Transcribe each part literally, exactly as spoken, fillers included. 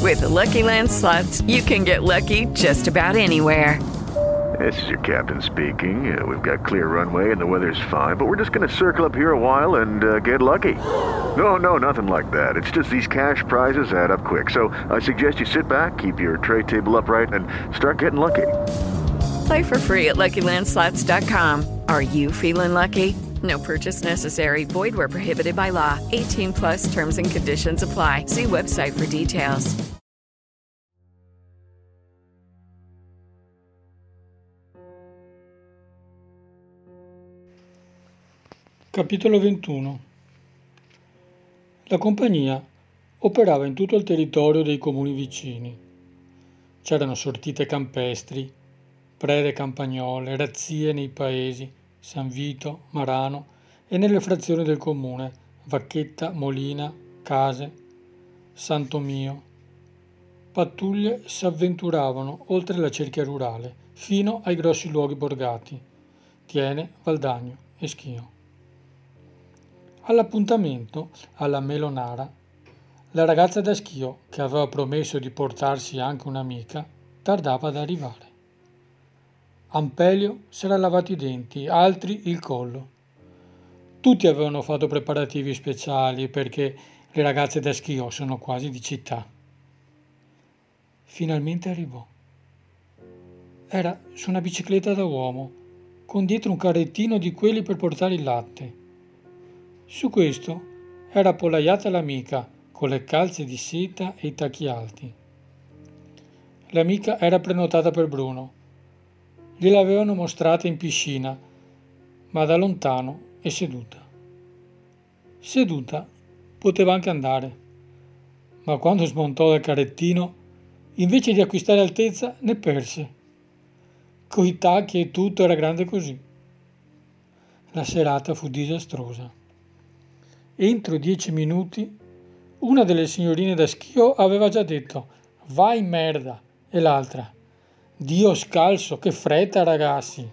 With the Lucky Land Slots, you can get lucky just about anywhere. This is your captain speaking. Uh, we've got clear runway and the weather's fine, but we're just going to circle up here a while and uh, get lucky. No, no, nothing like that. It's just these cash prizes add up quick. So I suggest you sit back, keep your tray table upright, and start getting lucky. Play for free at Lucky Land Slots dot com. Are you feeling lucky? No purchase necessary. Void where prohibited by law. eighteen plus terms and conditions apply. See website for details. Capitolo ventuno. La compagnia operava in tutto il territorio dei comuni vicini. C'erano sortite campestri, prede campagnole, razzie nei paesi San Vito, Marano e nelle frazioni del comune Vacchetta, Molina, Case, Santo Mio. Pattuglie s'avventuravano oltre la cerchia rurale fino ai grossi luoghi borgati, Tiene, Valdagno e Schio. All'appuntamento alla Melonara, la ragazza da Schio, che aveva promesso di portarsi anche un'amica, tardava ad arrivare. Ampelio s'era lavato i denti, altri il collo. Tutti avevano fatto preparativi speciali perché le ragazze da Schio sono quasi di città. Finalmente arrivò. Era su una bicicletta da uomo, con dietro un carrettino di quelli per portare il latte. Su questo era appollaiata l'amica, con le calze di seta e i tacchi alti. L'amica era prenotata per Bruno. Gliel'avevano mostrata in piscina, ma da lontano e seduta. Seduta poteva anche andare, ma quando smontò dal carrettino, invece di acquistare altezza, ne perse. Coi tacchi e tutto era grande così. La serata fu disastrosa. Entro dieci minuti, una delle signorine da Schio aveva già detto «Vai merda!» e l'altra «Dio scalzo, che fretta ragazzi!»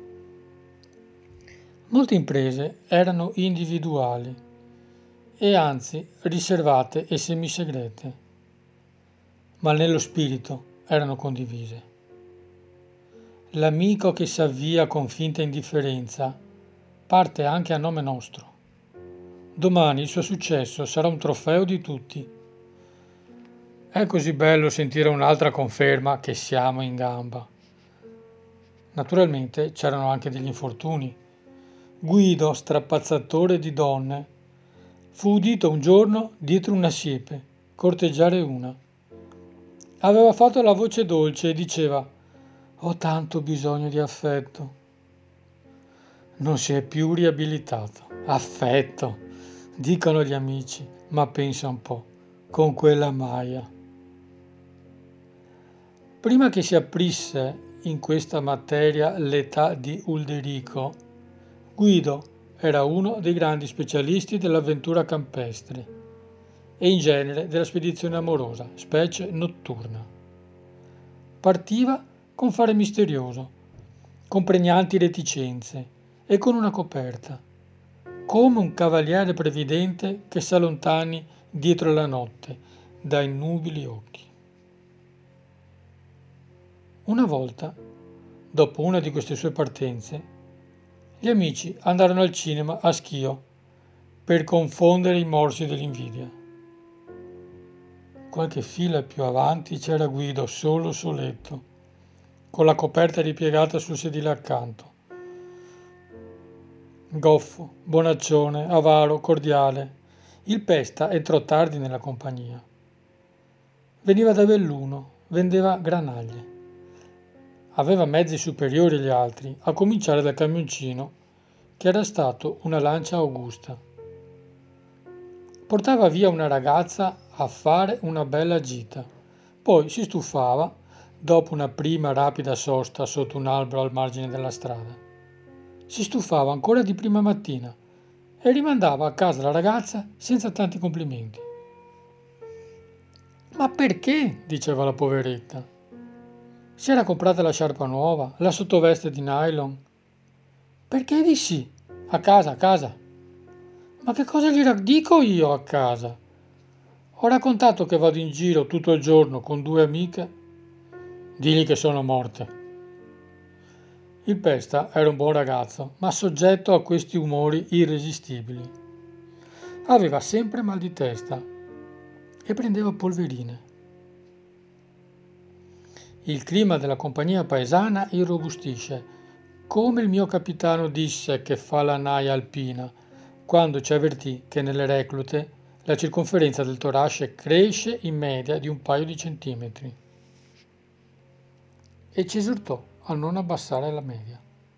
Molte imprese erano individuali e anzi riservate e semisegrete, ma nello spirito erano condivise. L'amico che s'avvia con finta indifferenza parte anche a nome nostro. Domani il suo successo sarà un trofeo di tutti. È così bello sentire un'altra conferma che siamo in gamba. Naturalmente c'erano anche degli infortuni. Guido, strappazzatore di donne, fu udito un giorno dietro una siepe corteggiare una. Aveva fatto la voce dolce e diceva «Ho tanto bisogno di affetto». Non si è più riabilitato. Affetto, dicono gli amici, ma pensa un po', con quella Maia. Prima che si aprisse in questa materia l'età di Ulderico, Guido era uno dei grandi specialisti dell'avventura campestre e in genere della spedizione amorosa, specie notturna. Partiva con fare misterioso, con pregnanti reticenze e con una coperta, come un cavaliere previdente che s'allontani dietro la notte dai nubili occhi. Una volta, dopo una di queste sue partenze, gli amici andarono al cinema a Schio per confondere i morsi dell'invidia. Qualche fila più avanti c'era Guido solo soletto, con la coperta ripiegata sul sedile accanto. Goffo, bonaccione, avaro, cordiale. Il pesta entrò tardi nella compagnia. Veniva da Belluno, vendeva granaglie. Aveva mezzi superiori agli altri, a cominciare dal camioncino, che era stato una lancia augusta. Portava via una ragazza a fare una bella gita, poi si stufava, dopo una prima rapida sosta sotto un albero al margine della strada. Si stufava ancora di prima mattina e rimandava a casa la ragazza senza tanti complimenti. «Ma perché?» diceva la poveretta. Si era comprata la sciarpa nuova, la sottoveste di nylon. «Perché di sì? A casa, a casa!» «Ma che cosa gli dico io a casa? Ho raccontato che vado in giro tutto il giorno con due amiche. Digli che sono morte. Il Pesta era un buon ragazzo, ma soggetto a questi umori irresistibili. Aveva sempre mal di testa e prendeva polverine. Il clima della compagnia paesana irrobustisce, come il mio capitano disse che fa la naia alpina, quando ci avvertì che nelle reclute la circonferenza del torace cresce in media di un paio di centimetri. E ci esortò a non abbassare la media.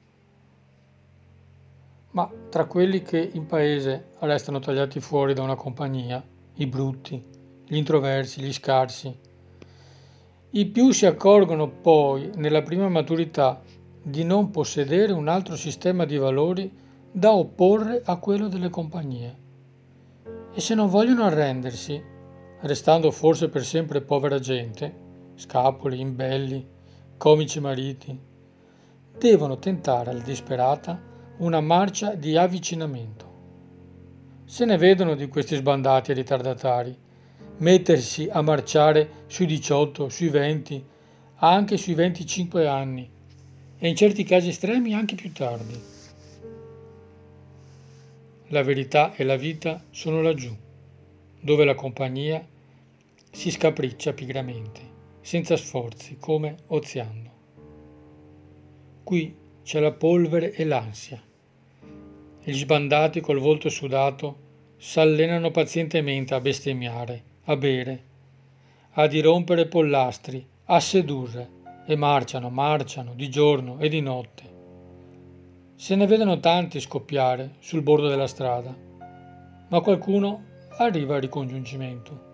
Ma tra quelli che in paese restano tagliati fuori da una compagnia, i brutti, gli introversi, gli scarsi, i più si accorgono poi, nella prima maturità, di non possedere un altro sistema di valori da opporre a quello delle compagnie. E se non vogliono arrendersi, restando forse per sempre povera gente, scapoli, imbelli, comici mariti, devono tentare alla disperata una marcia di avvicinamento. Se ne vedono di questi sbandati e ritardatari, mettersi a marciare sui diciotto, sui venti, anche sui venticinque anni e in certi casi estremi anche più tardi. La verità e la vita sono laggiù, dove la compagnia si scapriccia pigramente, senza sforzi, come oziando. Qui c'è la polvere e l'ansia. Gli sbandati col volto sudato s'allenano pazientemente a bestemmiare, a bere, a dirompere pollastri, a sedurre e marciano, marciano di giorno e di notte. Se ne vedono tanti scoppiare sul bordo della strada, ma qualcuno arriva al ricongiungimento.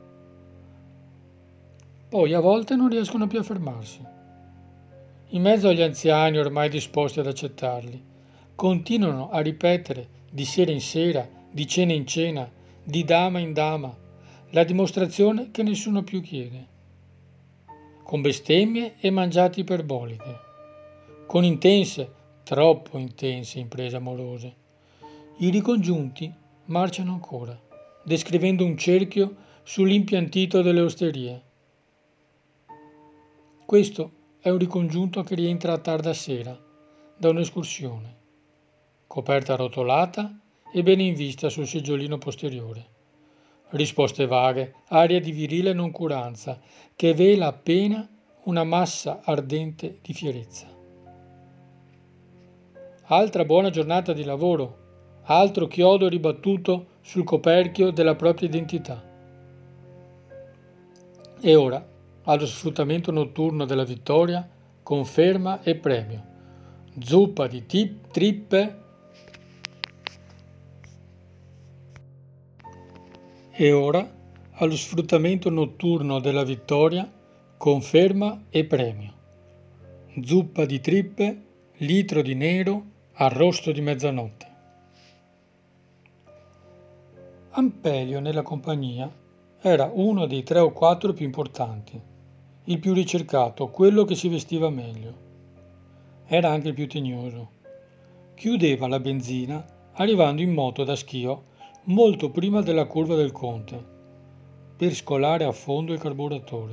Poi a volte non riescono più a fermarsi. In mezzo agli anziani ormai disposti ad accettarli, continuano a ripetere di sera in sera, di cena in cena, di dama in dama, la dimostrazione che nessuno più chiede, con bestemmie e mangiate iperboliche, con intense, troppo intense imprese amorose. I ricongiunti marciano ancora, descrivendo un cerchio sull'impiantito delle osterie. Questo è un ricongiunto che rientra a tarda sera da un'escursione, coperta arrotolata e bene in vista sul seggiolino posteriore. Risposte vaghe, aria di virile noncuranza che vela appena una massa ardente di fierezza. Altra buona giornata di lavoro, altro chiodo ribattuto sul coperchio della propria identità. E ora, allo sfruttamento notturno della vittoria, conferma e premio. Zuppa di tip, trippe e ora, allo sfruttamento notturno della vittoria, conferma e premio. Zuppa di trippe, litro di nero, arrosto di mezzanotte. Ampelio nella compagnia era uno dei tre o quattro più importanti, il più ricercato, quello che si vestiva meglio. Era anche il più tignoso. Chiudeva la benzina arrivando in moto da Schio molto prima della curva del Conte, per scolare a fondo il carburatore.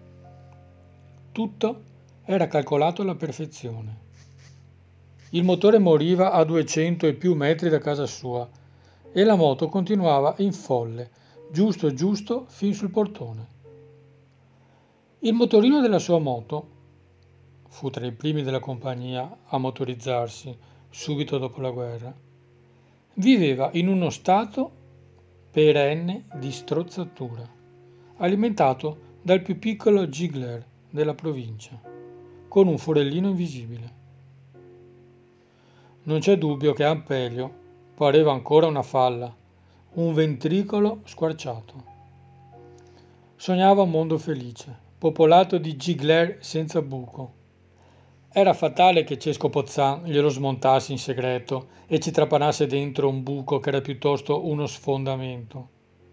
Tutto era calcolato alla perfezione. Il motore moriva a duecento e più metri da casa sua e la moto continuava in folle, giusto giusto fin sul portone. Il motorino della sua moto fu tra i primi della compagnia a motorizzarsi subito dopo la guerra. Viveva in uno stato perenne di strozzatura, alimentato dal più piccolo Giggler della provincia, con un forellino invisibile. Non c'è dubbio che Ampelio pareva ancora una falla, un ventricolo squarciato. Sognava un mondo felice, popolato di Giggler senza buco. Era fatale che Cesco Pozzan glielo smontasse in segreto e ci trapanasse dentro un buco che era piuttosto uno sfondamento.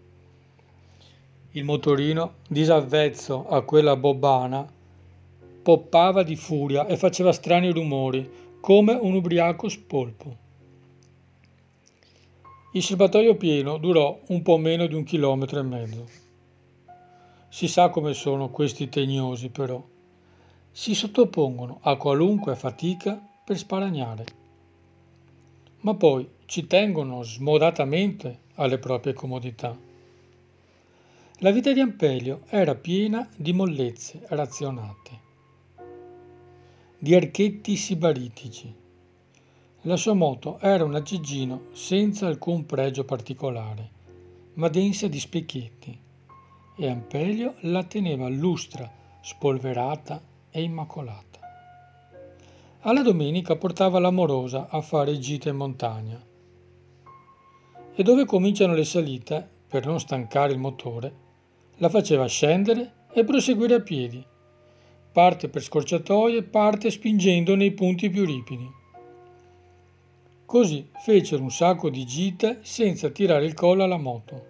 Il motorino, disavvezzo a quella bobbana, poppava di furia e faceva strani rumori, come un ubriaco spolpo. Il serbatoio pieno durò un po' meno di un chilometro e mezzo. Si sa come sono questi tegnosi, però. Si sottopongono a qualunque fatica per sparagnare, ma poi ci tengono smodatamente alle proprie comodità. La vita di Ampelio era piena di mollezze razionate, di archetti sibaritici. La sua moto era un aggeggino senza alcun pregio particolare, ma densa di specchietti, e Ampelio la teneva lustra, spolverata e immacolata. Alla domenica portava l'amorosa a fare gite in montagna, e dove cominciano le salite, per non stancare il motore, la faceva scendere e proseguire a piedi, parte per scorciatoie, parte spingendo nei punti più ripidi. Così fecero un sacco di gite senza tirare il collo alla moto.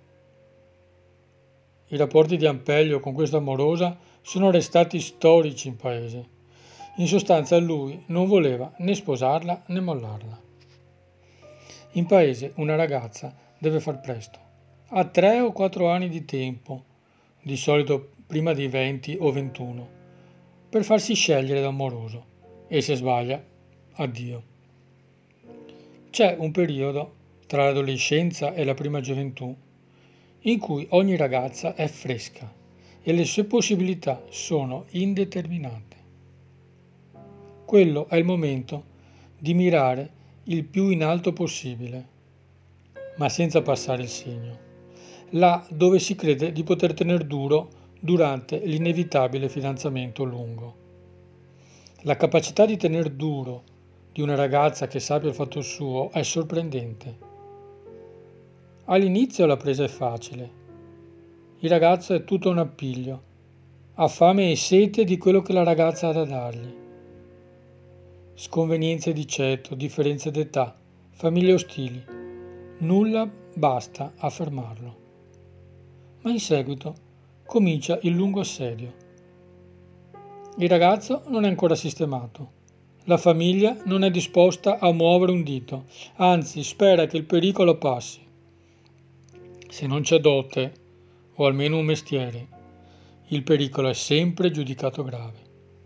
I rapporti di Ampelio con questa amorosa sono restati storici in paese. In sostanza lui non voleva né sposarla né mollarla. In paese una ragazza deve far presto. Ha tre o quattro anni di tempo, di solito prima dei venti o ventuno, per farsi scegliere da amoroso, e se sbaglia, addio. C'è un periodo tra l'adolescenza e la prima gioventù in cui ogni ragazza è fresca e le sue possibilità sono indeterminate. Quello è il momento di mirare il più in alto possibile, ma senza passare il segno, là dove si crede di poter tener duro durante l'inevitabile fidanzamento lungo. La capacità di tener duro di una ragazza che sappia il fatto suo è sorprendente. All'inizio la presa è facile. Il ragazzo è tutto un appiglio, ha fame e sete di quello che la ragazza ha da dargli. Sconvenienze di ceto, differenze d'età, famiglie ostili, nulla basta a fermarlo. Ma in seguito comincia il lungo assedio. Il ragazzo non è ancora sistemato. La famiglia non è disposta a muovere un dito, anzi spera che il pericolo passi. Se non c'è dote, o almeno un mestiere, il pericolo è sempre giudicato grave.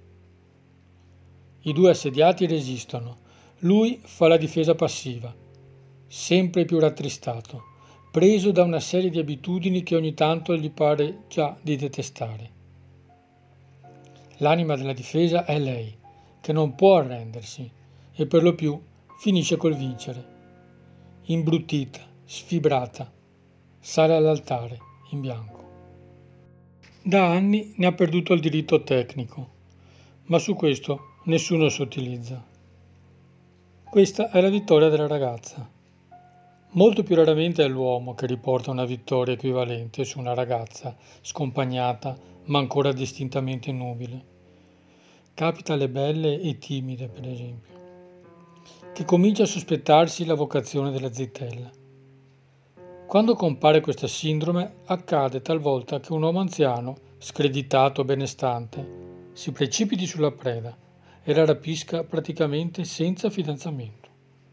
I due assediati resistono. Lui fa la difesa passiva, sempre più rattristato, preso da una serie di abitudini che ogni tanto gli pare già di detestare. L'anima della difesa è lei, che non può arrendersi e per lo più finisce col vincere. Imbruttita, sfibrata, sale all'altare in bianco. Da anni ne ha perduto il diritto tecnico, ma su questo nessuno sottilizza. Questa è la vittoria della ragazza. Molto più raramente è l'uomo che riporta una vittoria equivalente su una ragazza scompagnata ma ancora distintamente nubile. Capita alle belle e timide, per esempio, che comincia a sospettarsi la vocazione della zitella. Quando compare questa sindrome, accade talvolta che un uomo anziano, screditato, benestante, si precipiti sulla preda e la rapisca praticamente senza fidanzamento.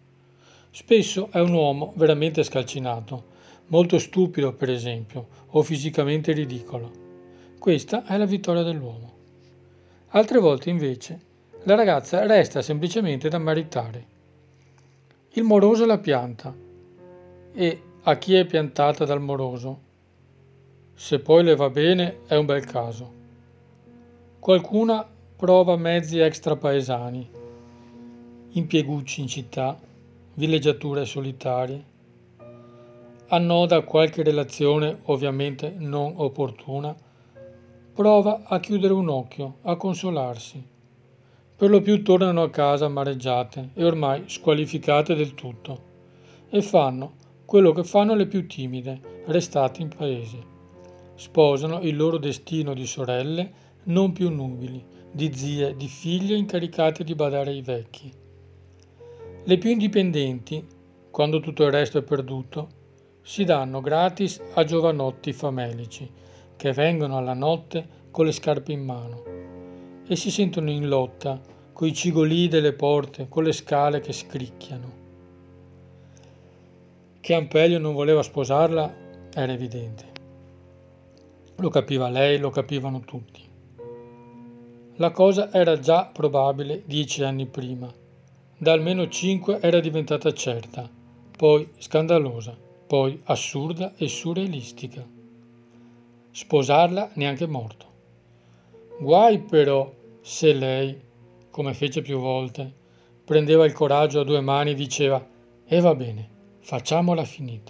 Spesso è un uomo veramente scalcinato, molto stupido per esempio, o fisicamente ridicolo. Questa è la vittoria dell'uomo. Altre volte invece la ragazza resta semplicemente da maritare. Il moroso la pianta e a chi è piantata dal moroso, se poi le va bene è un bel caso. Qualcuna prova mezzi extrapaesani, impiegucci in città, villeggiature solitarie, annoda qualche relazione ovviamente non opportuna, prova a chiudere un occhio, a consolarsi. Per lo più tornano a casa amareggiate e ormai squalificate del tutto e fanno quello che fanno le più timide, restate in paese. Sposano il loro destino di sorelle non più nubili, di zie, di figlie incaricate di badare ai vecchi. Le più indipendenti, quando tutto il resto è perduto, si danno gratis a giovanotti famelici che vengono alla notte con le scarpe in mano e si sentono in lotta coi cigolii delle porte, con le scale che scricchiano. Che Ampelio non voleva sposarla era evidente. Lo capiva lei, lo capivano tutti. La cosa era già probabile dieci anni prima. Da almeno cinque era diventata certa, poi scandalosa, poi assurda e surrealistica. Sposarla neanche morto. Guai però se lei, come fece più volte, prendeva il coraggio a due mani e diceva «E va bene, facciamola finita».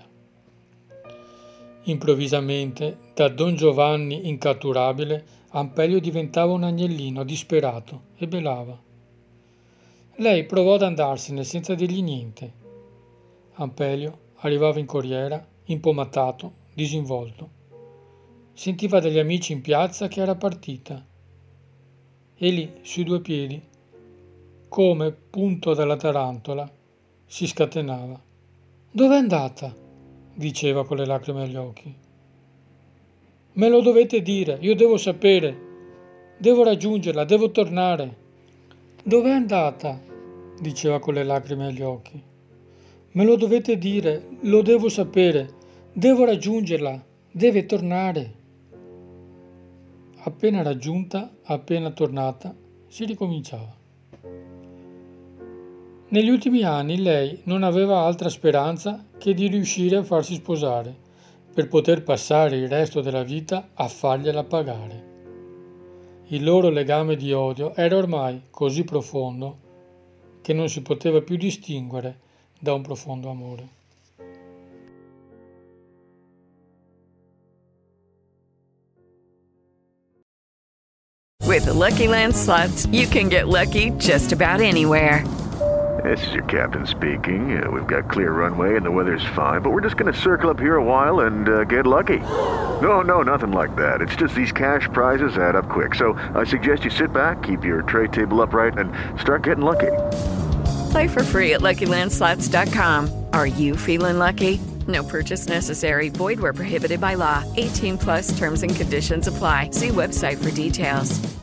Improvvisamente, da Don Giovanni incatturabile, Ampelio diventava un agnellino disperato e belava. Lei provò ad andarsene senza dirgli niente. Ampelio arrivava in corriera, impomatato, disinvolto. Sentiva dagli amici in piazza che era partita. E lì, sui due piedi, come punto dalla tarantola, si scatenava. «Dov'è andata?» diceva con le lacrime agli occhi. «Me lo dovete dire, io devo sapere. Devo raggiungerla, devo tornare». «Dov'è andata?» diceva con le lacrime agli occhi. «Me lo dovete dire, lo devo sapere. Devo raggiungerla, deve tornare». Appena raggiunta, appena tornata, si ricominciava. Negli ultimi anni lei non aveva altra speranza che di riuscire a farsi sposare, per poter passare il resto della vita a fargliela pagare. Il loro legame di odio era ormai così profondo che non si poteva più distinguere da un profondo amore. With the Lucky Land Slots, you can get lucky just about anywhere. This is your captain speaking. Uh, we've got clear runway and the weather's fine, but we're just going to circle up here a while and uh, get lucky. No, no, nothing like that. It's just these cash prizes add up quick. So I suggest you sit back, keep your tray table upright, and start getting lucky. Play for free at Lucky Land Slots dot com. Are you feeling lucky? No purchase necessary. Void where prohibited by law. eighteen plus terms and conditions apply. See website for details.